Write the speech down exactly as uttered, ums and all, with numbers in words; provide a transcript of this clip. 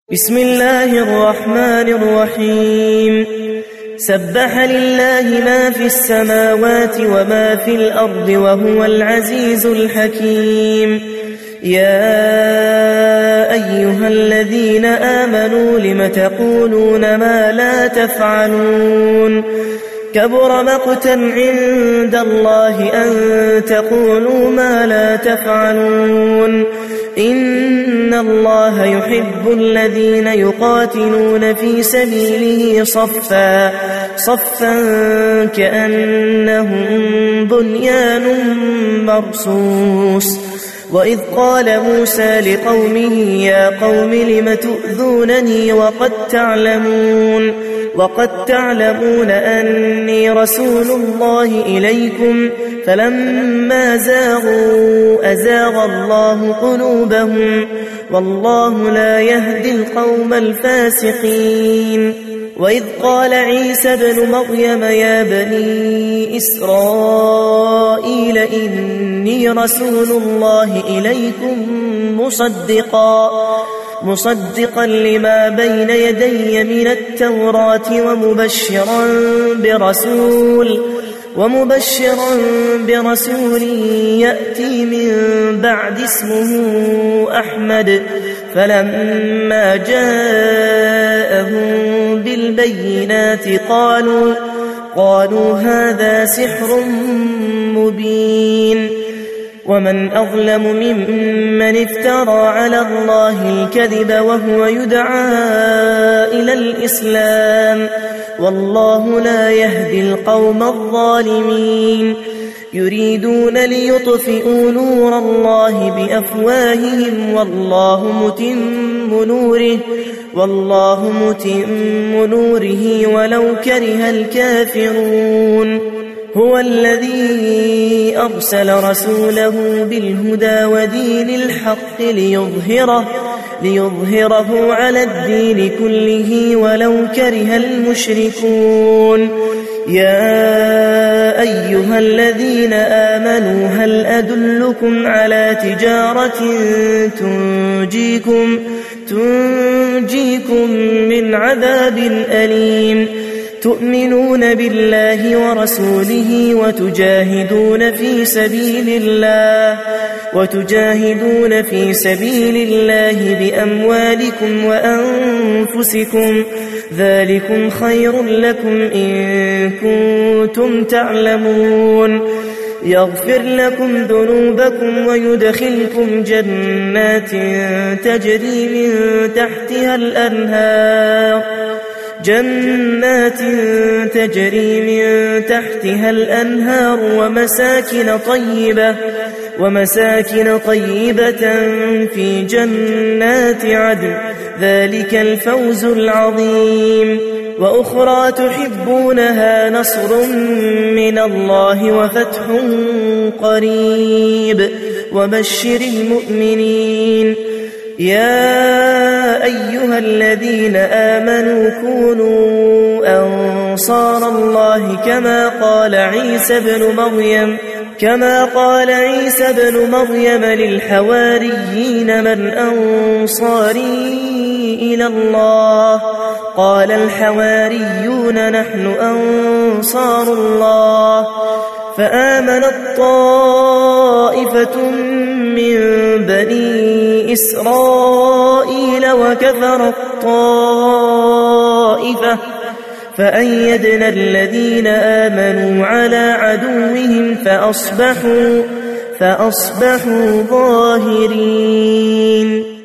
بسم الله الرحمن الرحيم سبح لله ما في السماوات وما في الأرض وهو العزيز الحكيم يا أيها الذين آمنوا لم تقولون ما لا تفعلون كبر مقتا عند الله أن تقولوا ما لا تفعلون إن الله يحب الذين يقاتلون في سبيله صفا صفا كأنهم بنيان مرصوص وإذ قال موسى لقومه يا قوم لم تؤذونني وقد تعلمون وقد تعلمون أني رسول الله إليكم فلما زاغوا أزاغ الله قلوبهم والله لا يهدي القوم الفاسقين وإذ قال عيسى بن مريم يا بني إسرائيل إني رسول الله إليكم مصدقا مصدقا لما بين يدي من التوراة ومبشرا برسول ومبشرا برسول يأتي من بعد اسمه أحمد فلما جاءهم بالبينات قالوا قالوا هذا سحر مبين ومن أظلم ممن افترى على الله الكذب وهو يدعى إلى الإسلام والله لا يهدي القوم الظالمين يريدون ليطفئوا نور الله بأفواههم والله متم نوره والله متم نوره ولو كره الكافرون هو الذي أرسل رسوله بالهدى ودين الحق ليظهره ليظهره على الدين كله ولو كره المشركون يا أيها الذين آمنوا هل أدلكم على تجارة تنجيكم تنجيكم من عذاب أليم تؤمنون بالله ورسوله وتجاهدون في سبيل الله وتجاهدون في سبيل الله بأموالكم وأنفسكم ذلكم خير لكم إن كنتم تعلمون يغفر لكم ذنوبكم ويدخلكم جنات تجري من تحتها الأنهار جنات تجري من تحتها الأنهار ومساكن طيبة ومساكن طيبة في جنات عدن ذلك الفوز العظيم وأخرى تحبونها نصر من الله وفتح قريب وبشر المؤمنين يا أيها الذين آمنوا كونوا أنصار الله كما قال عيسى بن مريم كما قال عيسى بن مريم للحواريين من أنصاري إلى الله قال الحواريون نحن أنصار الله فآمنت طائفة من بني إسرائيل وكفرت طائفة فأيدنا الذين آمنوا على عدوهم فأصبحوا فأصبحوا ظاهرين.